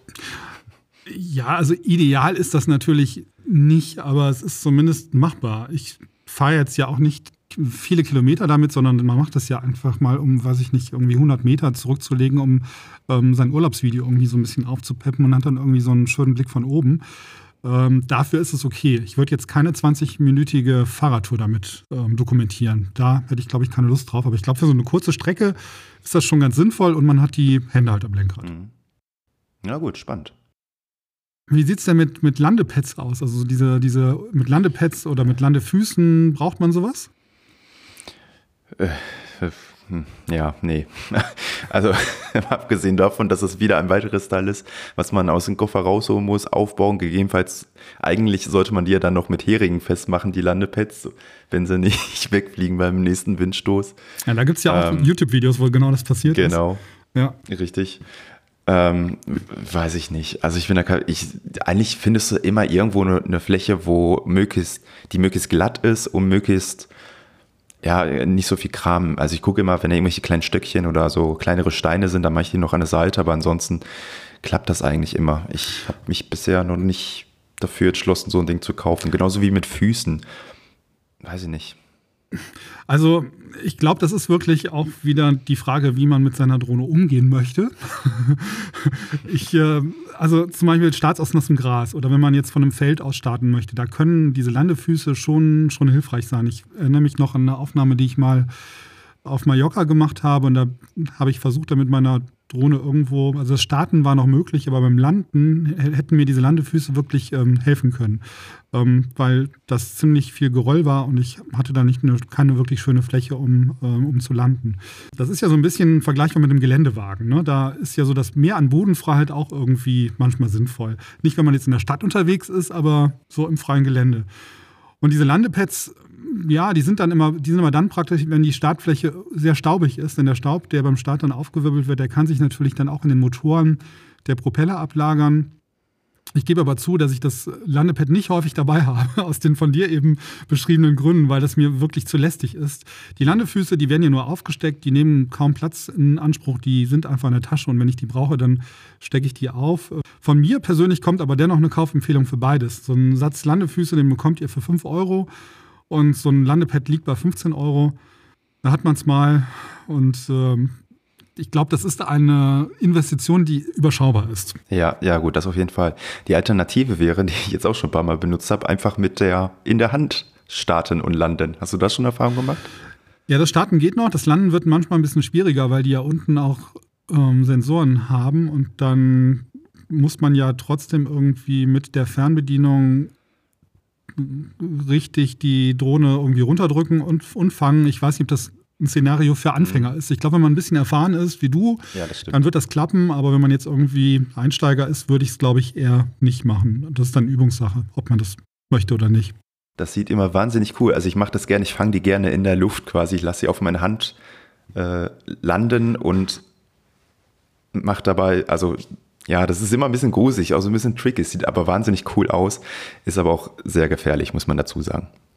Ja, also ideal ist das natürlich nicht, aber es ist zumindest machbar. Ich fahre jetzt ja auch nicht viele Kilometer damit, sondern man macht das ja einfach mal, um, weiß ich nicht, irgendwie hundert Meter zurückzulegen, um ähm, sein Urlaubsvideo irgendwie so ein bisschen aufzupeppen und hat dann irgendwie so einen schönen Blick von oben. Ähm, dafür ist es okay. Ich würde jetzt keine zwanzig-minütige Fahrradtour damit ähm, dokumentieren. Da hätte ich, glaube ich, keine Lust drauf. Aber ich glaube, für so eine kurze Strecke ist das schon ganz sinnvoll und man hat die Hände halt am Lenkrad. Ja gut, spannend. Wie sieht es denn mit, mit Landepads aus? Also diese, diese mit Landepads oder mit Landefüßen, braucht man sowas? Äh, ja, nee. Also abgesehen davon, dass es wieder ein weiteres Teil ist, was man aus dem Koffer rausholen muss, aufbauen, gegebenenfalls, eigentlich sollte man die ja dann noch mit Heringen festmachen, die Landepads, wenn sie nicht wegfliegen beim nächsten Windstoß. Ja, da gibt es ja auch ähm, YouTube-Videos, wo genau das passiert genau. ist. Genau. Ja. Richtig. Ähm, weiß ich nicht. Also ich finde, ich, eigentlich findest du immer irgendwo eine, eine Fläche, wo möglichst, die möglichst glatt ist und möglichst ja, nicht so viel Kram. Also ich gucke immer, wenn da irgendwelche kleinen Stöckchen oder so kleinere Steine sind, dann mache ich die noch an der Seite, aber ansonsten klappt das eigentlich immer. Ich habe mich bisher noch nicht dafür entschlossen, so ein Ding zu kaufen. Genauso wie mit Füßen. Weiß ich nicht. Also ich glaube, das ist wirklich auch wieder die Frage, wie man mit seiner Drohne umgehen möchte. ich, äh, also zum Beispiel Starts aus nassem Gras oder wenn man jetzt von einem Feld aus starten möchte, da können diese Landefüße schon, schon hilfreich sein. Ich erinnere mich noch an eine Aufnahme, die ich mal auf Mallorca gemacht habe und da habe ich versucht, da mit meiner Drohne irgendwo, also das Starten war noch möglich, aber beim Landen hätten mir diese Landefüße wirklich ähm, helfen können, ähm, weil das ziemlich viel Geröll war und ich hatte da nicht eine, keine wirklich schöne Fläche, um, ähm, um zu landen. Das ist ja so ein bisschen vergleichbar mit dem Geländewagen, ne? Da ist ja so das Mehr an Bodenfreiheit auch irgendwie manchmal sinnvoll. Nicht, wenn man jetzt in der Stadt unterwegs ist, aber so im freien Gelände. Und diese Landepads, ja, die sind dann immer, die sind immer dann praktisch, wenn die Startfläche sehr staubig ist. Denn der Staub, der beim Start dann aufgewirbelt wird, der kann sich natürlich dann auch in den Motoren der Propeller ablagern. Ich gebe aber zu, dass ich das Landepad nicht häufig dabei habe, aus den von dir eben beschriebenen Gründen, weil das mir wirklich zu lästig ist. Die Landefüße, die werden ja nur aufgesteckt, die nehmen kaum Platz in Anspruch, die sind einfach in der Tasche und wenn ich die brauche, dann stecke ich die auf. Von mir persönlich kommt aber dennoch eine Kaufempfehlung für beides. So einen Satz Landefüße, den bekommt ihr für fünf Euro und so ein Landepad liegt bei fünfzehn Euro. Da hat man es mal und ähm, ich glaube, das ist eine Investition, die überschaubar ist. Ja, ja, gut, das auf jeden Fall. Die Alternative wäre, die ich jetzt auch schon ein paar Mal benutzt habe, einfach mit der in der Hand starten und landen. Hast du das schon Erfahrung gemacht? Ja, das Starten geht noch. Das Landen wird manchmal ein bisschen schwieriger, weil die ja unten auch ähm, Sensoren haben und dann muss man ja trotzdem irgendwie mit der Fernbedienung richtig die Drohne irgendwie runterdrücken und, und fangen. Ich weiß nicht, ob das ein Szenario für Anfänger ist. Ich glaube, wenn man ein bisschen erfahren ist, wie du, ja, dann wird das klappen. Aber wenn man jetzt irgendwie Einsteiger ist, würde ich es, glaube ich, eher nicht machen. Das ist dann Übungssache, ob man das möchte oder nicht. Das sieht immer wahnsinnig cool. Also ich mache das gerne, ich fange die gerne in der Luft quasi. Ich lasse sie auf meine Hand äh, landen und mache dabei, also ja, das ist immer ein bisschen gruselig, also ein bisschen tricky. Es sieht aber wahnsinnig cool aus, ist aber auch sehr gefährlich, muss man dazu sagen.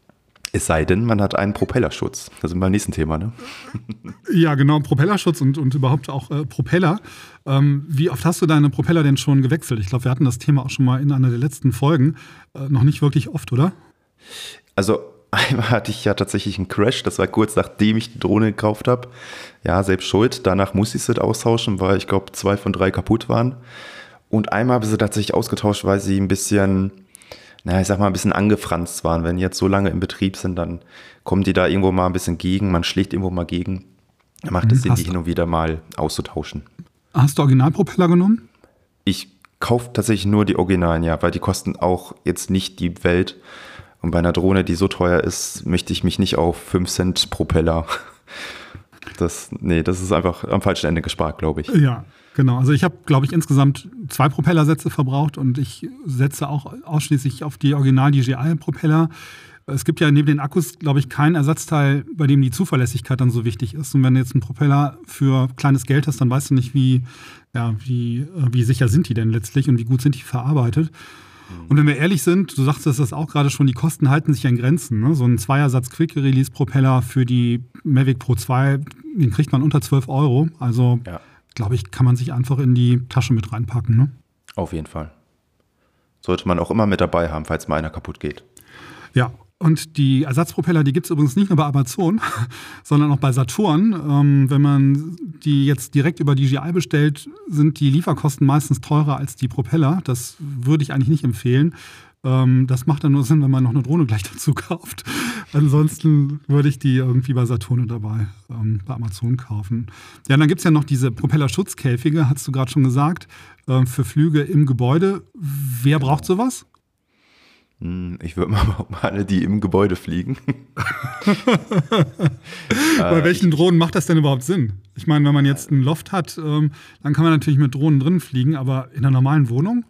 Es sei denn, man hat einen Propellerschutz. Das sind wir beim nächsten Thema, ne? Ja, genau, Propellerschutz und, und überhaupt auch äh, Propeller. Ähm, wie oft hast du deine Propeller denn schon gewechselt? Ich glaube, wir hatten das Thema auch schon mal in einer der letzten Folgen. Äh, noch nicht wirklich oft, oder? Also einmal hatte ich ja tatsächlich einen Crash. Das war kurz nachdem ich die Drohne gekauft habe. Ja, selbst schuld. Danach musste ich sie austauschen, weil ich glaube, zwei von drei kaputt waren. Und einmal habe ich sie tatsächlich ausgetauscht, weil sie ein bisschen... naja, ich sag mal, ein bisschen angefranst waren. Wenn die jetzt so lange im Betrieb sind, dann kommen die da irgendwo mal ein bisschen gegen, man schlägt irgendwo mal gegen. Dann macht es Sinn, die hin und wieder mal auszutauschen. Hast du Originalpropeller genommen? Ich kaufe tatsächlich nur die Originalen, ja, weil die kosten auch jetzt nicht die Welt. Und bei einer Drohne, die so teuer ist, möchte ich mich nicht auf fünf Cent Propeller. Das, nee, das ist einfach am falschen Ende gespart, glaube ich. Ja. Genau, also ich habe, glaube ich, insgesamt zwei Propellersätze verbraucht und ich setze auch ausschließlich auf die Original-D J I-Propeller. Es gibt ja neben den Akkus, glaube ich, kein Ersatzteil, bei dem die Zuverlässigkeit dann so wichtig ist. Und wenn du jetzt einen Propeller für kleines Geld hast, dann weißt du nicht, wie, ja, wie, wie sicher sind die denn letztlich und wie gut sind die verarbeitet. Und wenn wir ehrlich sind, du sagst das auch gerade schon, die Kosten halten sich an Grenzen. Ne? So ein Zweiersatz Quick-Release-Propeller für die Mavic Pro zwei, den kriegt man unter zwölf Euro. Also ja. glaube ich, kann man sich einfach in die Tasche mit reinpacken. Ne? Auf jeden Fall. Sollte man auch immer mit dabei haben, falls mal einer kaputt geht. Ja, und die Ersatzpropeller, die gibt es übrigens nicht nur bei Amazon, sondern auch bei Saturn. Ähm, wenn man die jetzt direkt über D J I bestellt, sind die Lieferkosten meistens teurer als die Propeller. Das würde ich eigentlich nicht empfehlen. Ähm, das macht dann nur Sinn, wenn man noch eine Drohne gleich dazu kauft. Ansonsten würde ich die irgendwie bei Saturn oder bei, ähm, bei Amazon kaufen. Ja, dann gibt es ja noch diese Propellerschutzkäfige, hast du gerade schon gesagt, äh, für Flüge im Gebäude. Wer braucht sowas? Ich würde mal behaupten, alle, die im Gebäude fliegen. Bei welchen Drohnen macht das denn überhaupt Sinn? Ich meine, wenn man jetzt einen Loft hat, ähm, dann kann man natürlich mit Drohnen drin fliegen, aber in einer normalen Wohnung?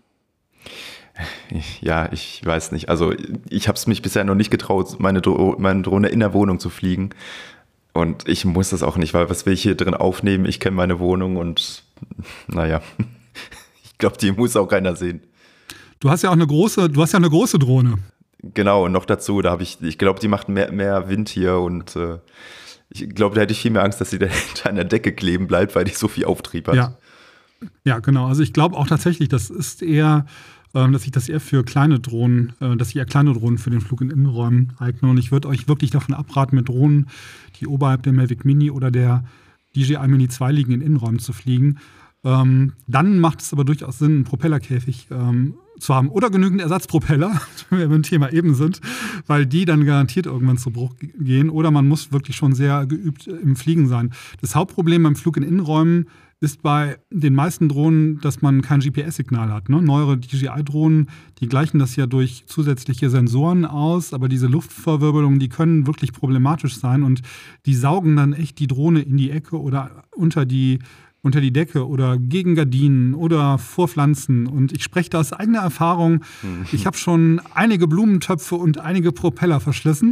Ja, ich weiß nicht. Also ich habe es mich bisher noch nicht getraut, meine, Dro- meine Drohne in der Wohnung zu fliegen. Und ich muss das auch nicht, weil was will ich hier drin aufnehmen? Ich kenne meine Wohnung und naja, ich glaube, die muss auch keiner sehen. Du hast ja auch eine große, du hast ja eine große Drohne. Genau, und noch dazu, da habe ich, ich glaube, die macht mehr, mehr Wind hier und äh, ich glaube, da hätte ich viel mehr Angst, dass sie da hinter einer Decke kleben bleibt, weil die so viel Auftrieb hat. Ja, ja, genau. Also ich glaube auch tatsächlich, das ist eher, äh, dass ich das eher für kleine Drohnen, äh, dass ich eher kleine Drohnen für den Flug in Innenräumen eigne. Und ich würde euch wirklich davon abraten, mit Drohnen, die oberhalb der Mavic Mini oder der D J I Mini zwei liegen, in Innenräumen zu fliegen. Ähm, dann macht es aber durchaus Sinn, einen Propellerkäfig ähm, zu haben oder genügend Ersatzpropeller, wenn wir beim Thema eben sind, weil die dann garantiert irgendwann zu Bruch gehen oder man muss wirklich schon sehr geübt im Fliegen sein. Das Hauptproblem beim Flug in Innenräumen ist bei den meisten Drohnen, dass man kein G P S-Signal hat. Ne? Neuere D J I-Drohnen, die gleichen das ja durch zusätzliche Sensoren aus, aber diese Luftverwirbelungen, die können wirklich problematisch sein und die saugen dann echt die Drohne in die Ecke oder unter die unter die Decke oder gegen Gardinen oder vor Pflanzen. Und ich spreche da aus eigener Erfahrung. Ich habe schon einige Blumentöpfe und einige Propeller verschlissen.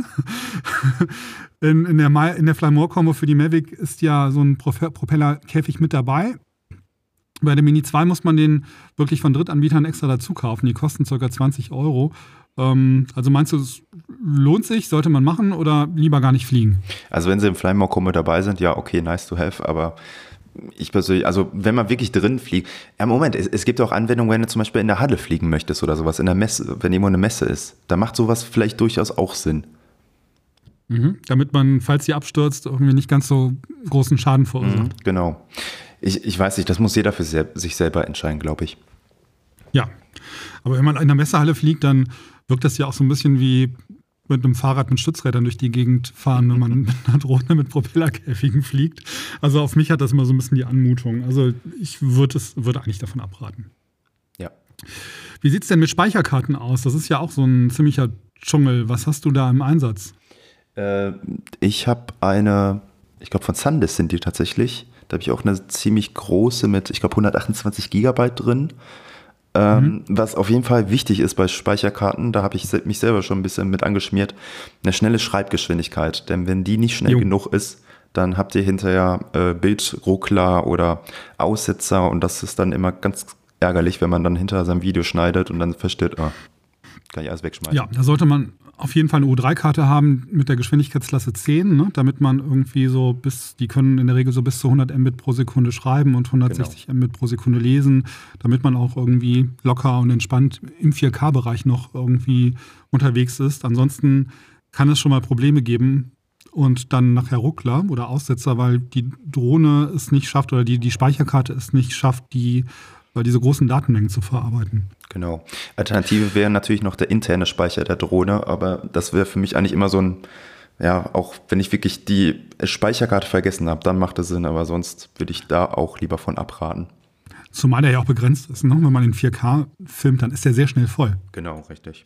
In, in der, Ma- in der Fly-More-Kombo für die Mavic ist ja so ein Pro- Propellerkäfig mit dabei. Bei der Mini zwei muss man den wirklich von Drittanbietern extra dazu kaufen. Die kosten ca. zwanzig Euro. Ähm, also meinst du, es lohnt sich? Sollte man machen oder lieber gar nicht fliegen? Also wenn sie im Fly-More-Kombo dabei sind, ja, okay, nice to have, aber ich persönlich, also wenn man wirklich drin fliegt, ja Moment, es, es gibt auch Anwendungen, wenn du zum Beispiel in der Halle fliegen möchtest oder sowas, in der Messe, wenn irgendwo eine Messe ist, da macht sowas vielleicht durchaus auch Sinn. Mhm, damit man, falls sie abstürzt, irgendwie nicht ganz so großen Schaden verursacht. Mhm, genau. Ich, ich weiß nicht, das muss jeder für se- sich selber entscheiden, glaube ich. Ja, aber wenn man in der Messehalle fliegt, dann wirkt das ja auch so ein bisschen wie mit einem Fahrrad mit Stützrädern durch die Gegend fahren, wenn man mit einer Drohne mit Propellerkäfigen fliegt. Also auf mich hat das immer so ein bisschen die Anmutung. Also ich würde würd eigentlich davon abraten. Ja. Wie sieht es denn mit Speicherkarten aus? Das ist ja auch so ein ziemlicher Dschungel. Was hast du da im Einsatz? Äh, ich habe eine, ich glaube von SanDisk sind die tatsächlich. Da habe ich auch eine ziemlich große mit, ich glaube hundertachtundzwanzig Gigabyte drin. Ähm, mhm. Was auf jeden Fall wichtig ist bei Speicherkarten, da habe ich se- mich selber schon ein bisschen mit angeschmiert, eine schnelle Schreibgeschwindigkeit. Denn wenn die nicht schnell Jo. genug ist, dann habt ihr hinterher äh, Bildruckler oder Aussetzer und das ist dann immer ganz ärgerlich, wenn man dann hinter seinem Video schneidet und dann versteht, ah, kann ich alles wegschmeißen. Ja, da sollte man auf jeden Fall eine U drei Karte haben mit der Geschwindigkeitsklasse zehn, ne, damit man irgendwie so bis, die können in der Regel so bis zu hundert Mbit pro Sekunde schreiben und hundertsechzig genau. Mbit pro Sekunde lesen, damit man auch irgendwie locker und entspannt im vier K-Bereich noch irgendwie unterwegs ist. Ansonsten kann es schon mal Probleme geben und dann nachher Ruckler oder Aussetzer, weil die Drohne es nicht schafft oder die, die Speicherkarte es nicht schafft, die weil diese großen Datenmengen zu verarbeiten. Genau. Alternative wäre natürlich noch der interne Speicher der Drohne, aber das wäre für mich eigentlich immer so ein, ja, auch wenn ich wirklich die Speicherkarte vergessen habe, dann macht es Sinn, aber sonst würde ich da auch lieber von abraten. Zumal der ja auch begrenzt ist, ne? Wenn man in vier K filmt, dann ist der sehr schnell voll. Genau, richtig.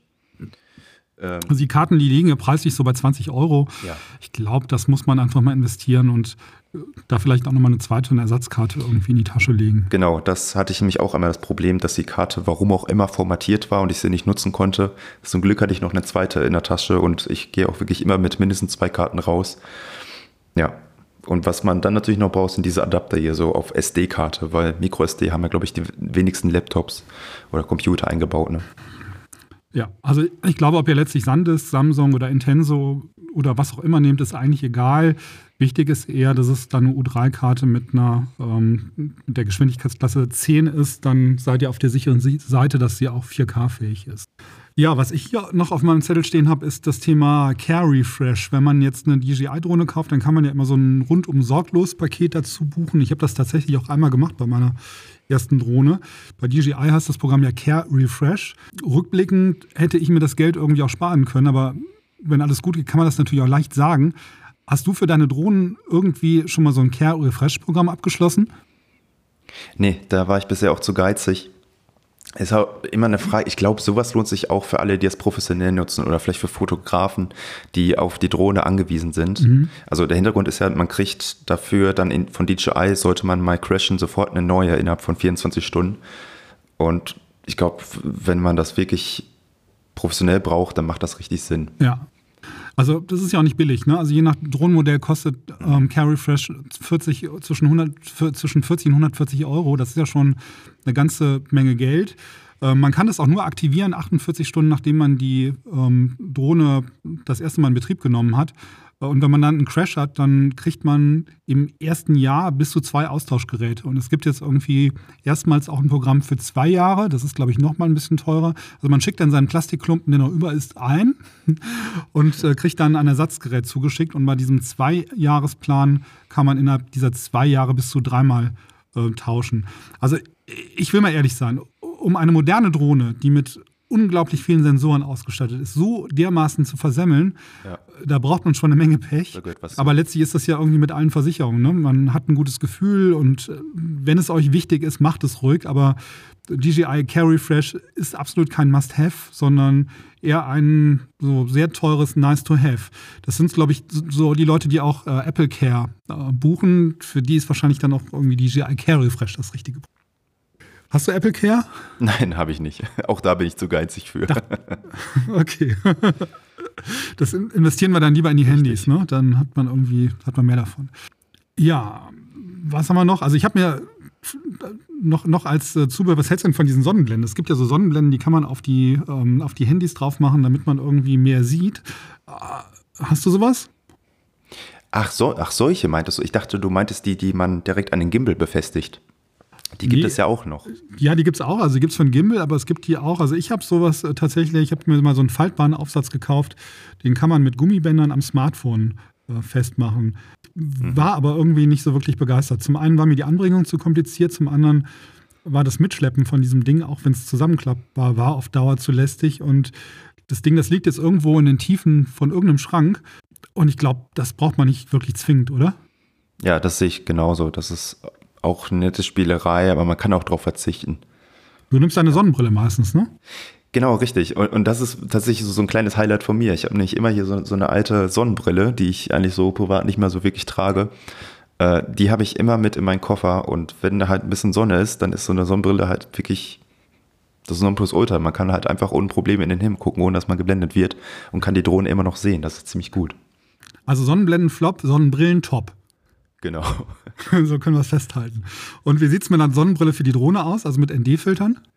Also die Karten, die liegen ja preislich so bei zwanzig Euro. Ja. Ich glaube, das muss man einfach mal investieren und da vielleicht auch nochmal eine zweite eine Ersatzkarte irgendwie in die Tasche legen. Genau, das hatte ich nämlich auch einmal das Problem, dass die Karte, warum auch immer, formatiert war und ich sie nicht nutzen konnte. Zum Glück hatte ich noch eine zweite in der Tasche und ich gehe auch wirklich immer mit mindestens zwei Karten raus. Ja, und was man dann natürlich noch braucht, sind diese Adapter hier so auf S D-Karte, weil Micro-S D haben ja, glaube ich, die wenigsten Laptops oder Computer eingebaut, ne? Ja, also ich glaube, ob ihr letztlich SanDisk, Samsung oder Intenso oder was auch immer nehmt, ist eigentlich egal. Wichtig ist eher, dass es dann eine U drei Karte mit einer ähm, mit der Geschwindigkeitsklasse zehn ist. Dann seid ihr auf der sicheren Seite, dass sie auch vier K-fähig ist. Ja, was ich hier noch auf meinem Zettel stehen habe, ist das Thema Care Refresh. Wenn man jetzt eine D J I-Drohne kauft, dann kann man ja immer so ein rundum sorglos Paket dazu buchen. Ich habe das tatsächlich auch einmal gemacht bei meiner ersten Drohne. Bei D J I heißt das Programm ja Care Refresh. Rückblickend hätte ich mir das Geld irgendwie auch sparen können, aber wenn alles gut geht, kann man das natürlich auch leicht sagen. Hast du für deine Drohnen irgendwie schon mal so ein Care Refresh-Programm abgeschlossen? Nee, da war ich bisher auch zu geizig. Es ist auch immer eine Frage, ich glaube, sowas lohnt sich auch für alle, die es professionell nutzen oder vielleicht für Fotografen, die auf die Drohne angewiesen sind. Mhm. Also der Hintergrund ist ja, man kriegt dafür dann in, von D J I, sollte man mal crashen, sofort eine neue innerhalb von vierundzwanzig Stunden. Und ich glaube, wenn man das wirklich professionell braucht, dann macht das richtig Sinn. Ja. Also das ist ja auch nicht billig, ne? Also je nach Drohnenmodell kostet ähm, Care Refresh vierzig, zwischen, hundert, zwischen vierzig und hundertvierzig Euro. Das ist ja schon eine ganze Menge Geld. Ähm, man kann das auch nur aktivieren, achtundvierzig Stunden, nachdem man die ähm, Drohne das erste Mal in Betrieb genommen hat. Und wenn man dann einen Crash hat, dann kriegt man im ersten Jahr bis zu zwei Austauschgeräte. Und es gibt jetzt irgendwie erstmals auch ein Programm für zwei Jahre. Das ist, glaube ich, noch mal ein bisschen teurer. Also man schickt dann seinen Plastikklumpen, der noch über ist, ein und äh, kriegt dann ein Ersatzgerät zugeschickt. Und bei diesem Zwei-Jahres-Plan kann man innerhalb dieser zwei Jahre bis zu dreimal äh, tauschen. Also ich will mal ehrlich sein, um eine moderne Drohne, die mit unglaublich vielen Sensoren ausgestattet ist, so dermaßen zu versemmeln, ja. Da braucht man schon eine Menge Pech. Aber letztlich ist das ja irgendwie mit allen Versicherungen. Ne? Man hat ein gutes Gefühl und wenn es euch wichtig ist, macht es ruhig. Aber D J I Care Refresh ist absolut kein Must-Have, sondern eher ein so sehr teures Nice-to-Have. Das sind, glaube ich, so die Leute, die auch äh, Apple Care äh, buchen. Für die ist wahrscheinlich dann auch irgendwie D J I Care Refresh das richtige. Hast du Apple Care? Nein, habe ich nicht. Auch da bin ich zu geizig für. Okay. Das investieren wir dann lieber in die Handys, ne? Dann hat man irgendwie hat man mehr davon. Ja, was haben wir noch? Also ich habe mir noch, noch als Zubehör, was hältst du denn von diesen Sonnenblenden? Es gibt ja so Sonnenblenden, die kann man auf die, ähm, auf die Handys drauf machen, damit man irgendwie mehr sieht. Hast du sowas? Ach so, ach solche meintest du? Ich dachte, du meintest die, die man direkt an den Gimbal befestigt. Die gibt nee, es ja auch noch. Ja, die gibt es auch. Also die gibt es von Gimbal, aber es gibt die auch. Also ich habe sowas äh, tatsächlich, ich habe mir mal so einen faltbaren Aufsatz gekauft. Den kann man mit Gummibändern am Smartphone äh, festmachen. Mhm. War aber irgendwie nicht so wirklich begeistert. Zum einen war mir die Anbringung zu kompliziert, zum anderen war das Mitschleppen von diesem Ding, auch wenn es zusammenklappbar war, auf Dauer zu lästig. Und das Ding, das liegt jetzt irgendwo in den Tiefen von irgendeinem Schrank. Und ich glaube, das braucht man nicht wirklich zwingend, oder? Ja, das sehe ich genauso. Das ist auch eine nette Spielerei, aber man kann auch darauf verzichten. Du nimmst deine Sonnenbrille meistens, ne? Genau, richtig. Und, und das ist tatsächlich so, so ein kleines Highlight von mir. Ich habe nämlich immer hier so, so eine alte Sonnenbrille, die ich eigentlich so privat nicht mehr so wirklich trage. Äh, die habe ich immer mit in meinen Koffer. Und wenn da halt ein bisschen Sonne ist, dann ist so eine Sonnenbrille halt wirklich das Nonplusultra. Man kann halt einfach ohne Probleme in den Himmel gucken, ohne dass man geblendet wird und kann die Drohne immer noch sehen. Das ist ziemlich gut. Also Sonnenblenden flop, Sonnenbrillen top. Genau. So können wir es festhalten. Und wie sieht es mit einer Sonnenbrille für die Drohne aus, also mit N D-Filtern?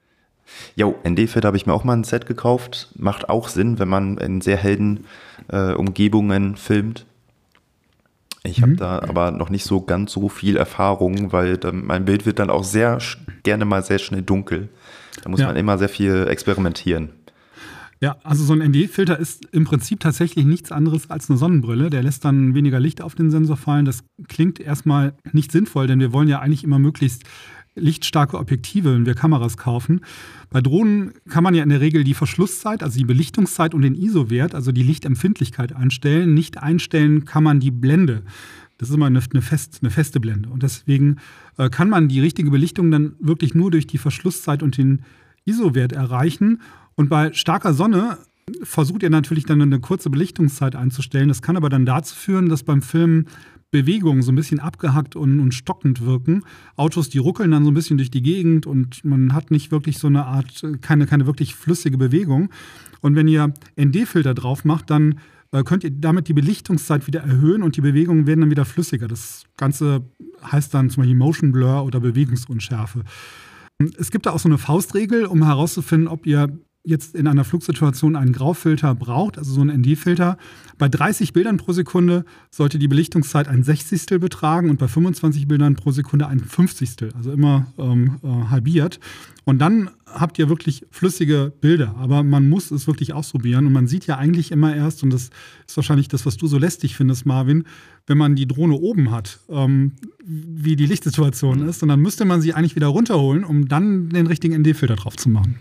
Jo, N D-Filter habe ich mir auch mal ein Set gekauft. Macht auch Sinn, wenn man in sehr hellen äh, Umgebungen filmt. Ich habe mhm. da aber noch nicht so ganz so viel Erfahrung, weil dann, mein Bild wird dann auch sehr gerne mal sehr schnell dunkel. Da muss ja. man immer sehr viel experimentieren. Ja, also so ein N D-Filter ist im Prinzip tatsächlich nichts anderes als eine Sonnenbrille. Der lässt dann weniger Licht auf den Sensor fallen. Das klingt erstmal nicht sinnvoll, denn wir wollen ja eigentlich immer möglichst lichtstarke Objektive, wenn wir Kameras kaufen. Bei Drohnen kann man ja in der Regel die Verschlusszeit, also die Belichtungszeit und den I S O-Wert, also die Lichtempfindlichkeit einstellen. Nicht einstellen kann man die Blende. Das ist immer eine, eine, fest, eine feste Blende. Und deswegen äh, kann man die richtige Belichtung dann wirklich nur durch die Verschlusszeit und den I S O-Wert erreichen. Und bei starker Sonne versucht ihr natürlich dann eine kurze Belichtungszeit einzustellen. Das kann aber dann dazu führen, dass beim Filmen Bewegungen so ein bisschen abgehackt und, und stockend wirken. Autos, die ruckeln dann so ein bisschen durch die Gegend und man hat nicht wirklich so eine Art, keine, keine wirklich flüssige Bewegung. Und wenn ihr N D-Filter drauf macht, dann äh, könnt ihr damit die Belichtungszeit wieder erhöhen und die Bewegungen werden dann wieder flüssiger. Das Ganze heißt dann zum Beispiel Motion Blur oder Bewegungsunschärfe. Es gibt da auch so eine Faustregel, um herauszufinden, ob ihr jetzt in einer Flugsituation einen Graufilter braucht, also so einen N D-Filter. Bei dreißig Bildern pro Sekunde sollte die Belichtungszeit ein Sechzigstel betragen und bei fünfundzwanzig Bildern pro Sekunde ein Fünfzigstel, also immer ähm, äh, halbiert. Und dann habt ihr wirklich flüssige Bilder, aber man muss es wirklich ausprobieren und man sieht ja eigentlich immer erst, und das ist wahrscheinlich das, was du so lästig findest, Marvin, wenn man die Drohne oben hat, ähm, wie die Lichtsituation ist, und dann müsste man sie eigentlich wieder runterholen, um dann den richtigen N D-Filter drauf zu machen.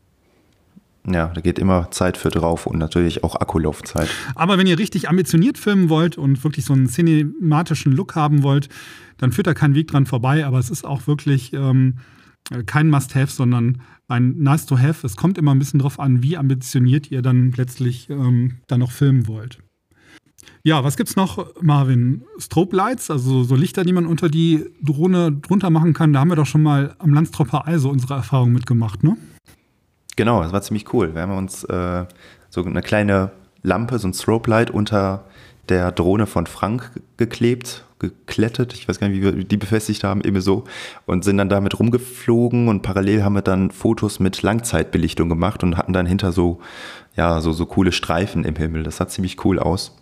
Ja, da geht immer Zeit für drauf und natürlich auch Akkulaufzeit. Aber wenn ihr richtig ambitioniert filmen wollt und wirklich so einen cinematischen Look haben wollt, dann führt da kein Weg dran vorbei. Aber es ist auch wirklich ähm, kein Must-Have, sondern ein Nice-to-Have. Es kommt immer ein bisschen drauf an, wie ambitioniert ihr dann letztlich ähm, dann noch filmen wollt. Ja, was gibt's noch, Marvin? Strobe Lights, also so Lichter, die man unter die Drohne drunter machen kann. Da haben wir doch schon mal am Landstropper Ei so unsere Erfahrung mitgemacht, ne? Genau, das war ziemlich cool. Wir haben uns äh, so eine kleine Lampe, so ein Strobe Light unter der Drohne von Frank geklebt, geklettet. Ich weiß gar nicht, wie wir die befestigt haben, eben so. Und sind dann damit rumgeflogen und parallel haben wir dann Fotos mit Langzeitbelichtung gemacht und hatten dann hinter so, ja, so, so coole Streifen im Himmel. Das sah ziemlich cool aus.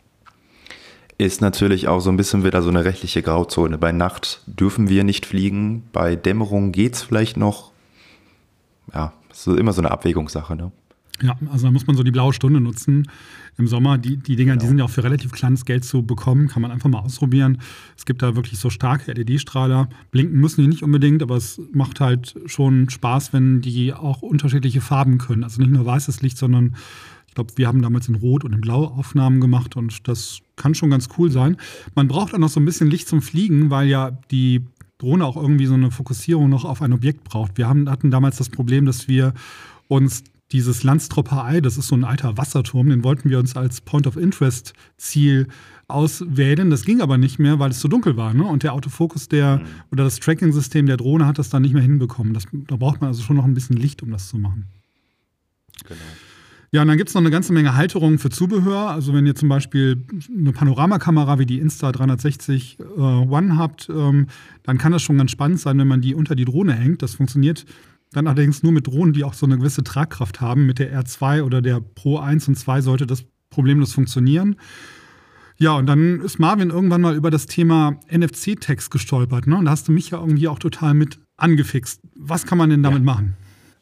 Ist natürlich auch so ein bisschen wieder so eine rechtliche Grauzone. Bei Nacht dürfen wir nicht fliegen, bei Dämmerung geht's vielleicht noch. Ja, das ist immer so eine Abwägungssache, ne? Ja, also da muss man so die blaue Stunde nutzen im Sommer. Die, die Dinger, genau. Die sind ja auch für relativ kleines Geld zu bekommen, kann man einfach mal ausprobieren. Es gibt da wirklich so starke L E D-Strahler. Blinken müssen die nicht unbedingt, aber es macht halt schon Spaß, wenn die auch unterschiedliche Farben können. Also nicht nur weißes Licht, sondern ich glaube, wir haben damals in Rot und in Blau Aufnahmen gemacht und das kann schon ganz cool sein. Man braucht auch noch so ein bisschen Licht zum Fliegen, weil ja die Drohne auch irgendwie so eine Fokussierung noch auf ein Objekt braucht. Wir haben, hatten damals das Problem, dass wir uns dieses Landstropper Ei, das ist so ein alter Wasserturm, den wollten wir uns als Point-of-Interest-Ziel auswählen. Das ging aber nicht mehr, weil es so dunkel war, ne? Und der Autofokus der mhm. oder das Tracking-System der Drohne hat das dann nicht mehr hinbekommen. Das, da braucht man also schon noch ein bisschen Licht, um das zu machen. Genau. Ja, und dann gibt es noch eine ganze Menge Halterungen für Zubehör. Also wenn ihr zum Beispiel eine Panoramakamera wie die Insta dreihundertsechzig äh, One habt, ähm, dann kann das schon ganz spannend sein, wenn man die unter die Drohne hängt. Das funktioniert dann allerdings nur mit Drohnen, die auch so eine gewisse Tragkraft haben. Mit der R zwei oder der Pro eins und zwei sollte das problemlos funktionieren. Ja, und dann ist Marvin irgendwann mal über das Thema N F C-Tags gestolpert, ne? Und da hast du mich ja irgendwie auch total mit angefixt. Was kann man denn damit ja. machen?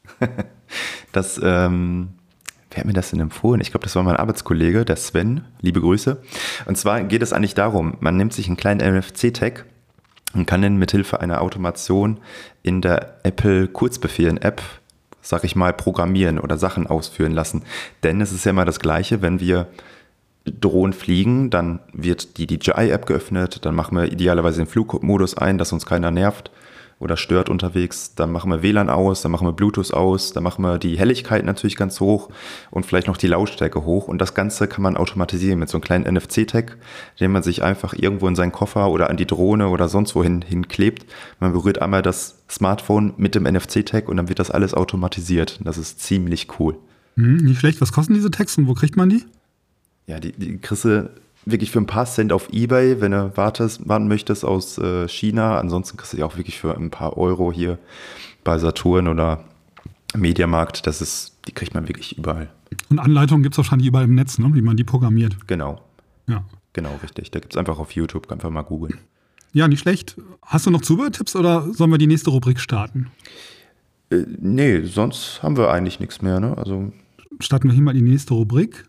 Das, ähm Wer hat mir das denn empfohlen? Ich glaube, das war mein Arbeitskollege, der Sven. Liebe Grüße. Und zwar geht es eigentlich darum, man nimmt sich einen kleinen N F C-Tag und kann den mithilfe einer Automation in der Apple Kurzbefehlen-App, sag ich mal, programmieren oder Sachen ausführen lassen. Denn es ist ja immer das Gleiche, wenn wir Drohnen fliegen, dann wird die D J I-App geöffnet, dann machen wir idealerweise den Flugmodus ein, dass uns keiner nervt oder stört unterwegs, dann machen wir W L A N aus, dann machen wir Bluetooth aus, dann machen wir die Helligkeit natürlich ganz hoch und vielleicht noch die Lautstärke hoch und das Ganze kann man automatisieren mit so einem kleinen N F C-Tag, den man sich einfach irgendwo in seinen Koffer oder an die Drohne oder sonst wohin hinklebt. Man berührt einmal das Smartphone mit dem N F C-Tag und dann wird das alles automatisiert. Das ist ziemlich cool. Hm, nicht schlecht. Was kosten diese Tags und wo kriegt man die? Ja, die, die kriegst du wirklich für ein paar Cent auf Ebay, wenn du wartest, warten möchtest, aus äh, China. Ansonsten kriegst du die auch wirklich für ein paar Euro hier bei Saturn oder Mediamarkt, das ist, die kriegt man wirklich überall. Und Anleitungen gibt es wahrscheinlich überall im Netz, ne? Wie man die programmiert. Genau. Ja. Genau, richtig. Da gibt es einfach auf YouTube, einfach mal googeln. Ja, nicht schlecht. Hast du noch Zubehörtipps oder sollen wir die nächste Rubrik starten? Äh, nee, sonst haben wir eigentlich nichts mehr, ne? Also starten wir hier mal die nächste Rubrik.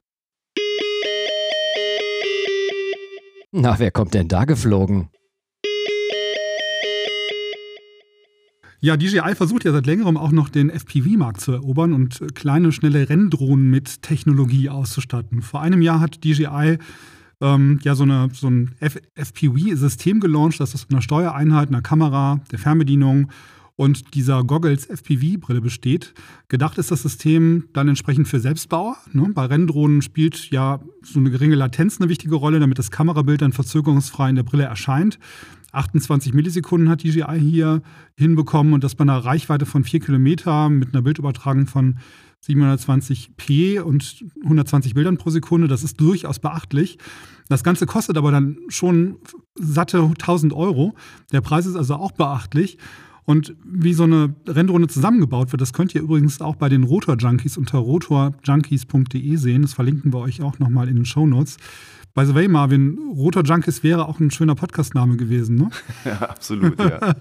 Na, wer kommt denn da geflogen? Ja, D J I versucht ja seit längerem auch noch den F P V-Markt zu erobern und kleine, schnelle Renndrohnen mit Technologie auszustatten. Vor einem Jahr hat D J I ähm, ja so, eine, so ein F P V-System gelauncht, das aus einer Steuereinheit, einer Kamera, der Fernbedienung und dieser Goggles F P V-Brille besteht. Gedacht ist das System dann entsprechend für Selbstbauer. Ne? Bei Renndrohnen spielt ja so eine geringe Latenz eine wichtige Rolle, damit das Kamerabild dann verzögerungsfrei in der Brille erscheint. achtundzwanzig Millisekunden hat D J I hier hinbekommen und das bei einer Reichweite von vier Kilometer mit einer Bildübertragung von siebenhundertzwanzig p und hundertzwanzig Bildern pro Sekunde. Das ist durchaus beachtlich. Das Ganze kostet aber dann schon satte tausend Euro. Der Preis ist also auch beachtlich. Und wie so eine Renndrohne zusammengebaut wird, das könnt ihr übrigens auch bei den Rotor-Junkies unter rotor junkies punkt de sehen. Das verlinken wir euch auch nochmal in den Shownotes. By the way, Marvin, Rotor Junkies wäre auch ein schöner Podcastname gewesen, ne? Ja, absolut, ja.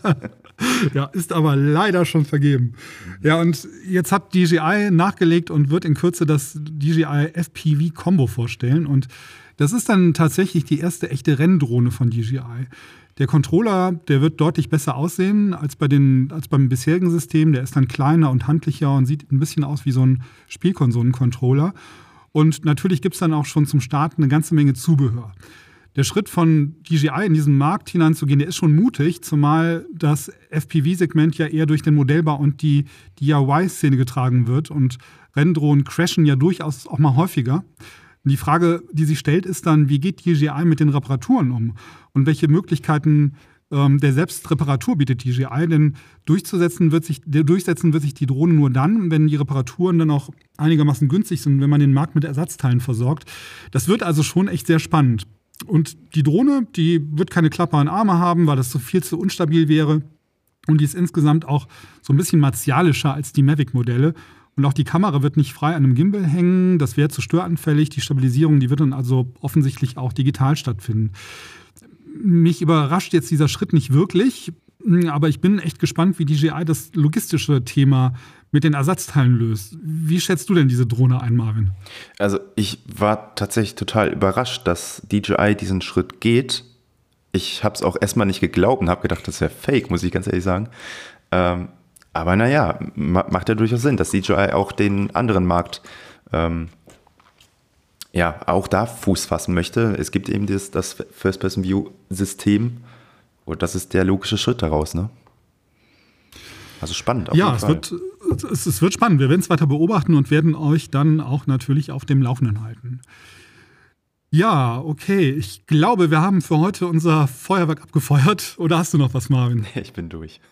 Ja, ist aber leider schon vergeben. Ja, und jetzt hat D J I nachgelegt und wird in Kürze das D J I F P V-Combo vorstellen. Und das ist dann tatsächlich die erste echte Renndrohne von D J I. Der Controller, der wird deutlich besser aussehen als, bei den, als beim bisherigen System. Der ist dann kleiner und handlicher und sieht ein bisschen aus wie so ein Spielkonsolen-Controller. Und natürlich gibt es dann auch schon zum Start eine ganze Menge Zubehör. Der Schritt von D J I in diesen Markt hineinzugehen, der ist schon mutig, zumal das F P V-Segment ja eher durch den Modellbau und die D I Y-Szene getragen wird. Und Renndrohnen crashen ja durchaus auch mal häufiger. Die Frage, die sich stellt, ist dann, wie geht D J I mit den Reparaturen um? Und welche Möglichkeiten ähm, der Selbstreparatur bietet D J I? Denn durchzusetzen wird sich, durchsetzen wird sich die Drohne nur dann, wenn die Reparaturen dann auch einigermaßen günstig sind, wenn man den Markt mit Ersatzteilen versorgt. Das wird also schon echt sehr spannend. Und die Drohne, die wird keine klappbaren Arme haben, weil das so viel zu unstabil wäre. Und die ist insgesamt auch so ein bisschen martialischer als die Mavic-Modelle. Und auch die Kamera wird nicht frei an einem Gimbal hängen, das wäre zu störanfällig. Die Stabilisierung, die wird dann also offensichtlich auch digital stattfinden. Mich überrascht jetzt dieser Schritt nicht wirklich, aber ich bin echt gespannt, wie D J I das logistische Thema mit den Ersatzteilen löst. Wie schätzt du denn diese Drohne ein, Marvin? Also ich war tatsächlich total überrascht, dass D J I diesen Schritt geht. Ich habe es auch erstmal nicht geglaubt und habe gedacht, das wäre fake, muss ich ganz ehrlich sagen. Ähm, aber naja, macht ja durchaus Sinn, dass D J I auch den anderen Markt ähm, ja, auch da Fuß fassen möchte. Es gibt eben das, das First-Person-View-System und das ist der logische Schritt daraus, ne? Also spannend auf ja, jeden es Fall. Wird, es, es wird spannend. Wir werden es weiter beobachten und werden euch dann auch natürlich auf dem Laufenden halten. Ja, okay. Ich glaube, wir haben für heute unser Feuerwerk abgefeuert. Oder hast du noch was, Marvin? Ich bin durch.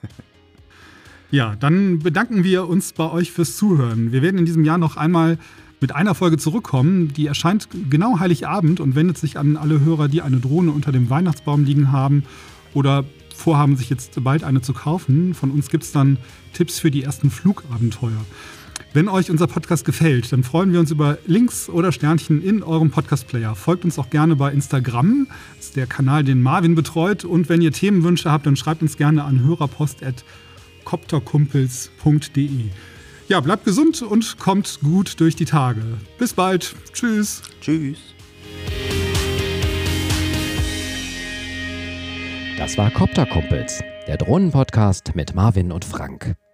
Ja, dann bedanken wir uns bei euch fürs Zuhören. Wir werden in diesem Jahr noch einmal mit einer Folge zurückkommen. Die erscheint genau Heiligabend und wendet sich an alle Hörer, die eine Drohne unter dem Weihnachtsbaum liegen haben oder vorhaben, sich jetzt bald eine zu kaufen. Von uns gibt es dann Tipps für die ersten Flugabenteuer. Wenn euch unser Podcast gefällt, dann freuen wir uns über Links oder Sternchen in eurem Podcast-Player. Folgt uns auch gerne bei Instagram, das ist der Kanal, den Marvin betreut. Und wenn ihr Themenwünsche habt, dann schreibt uns gerne an hörerpost at copterkumpels punkt de. Ja, bleibt gesund und kommt gut durch die Tage. Bis bald. Tschüss. Tschüss. Das war Copterkumpels, der Drohnenpodcast mit Marvin und Frank.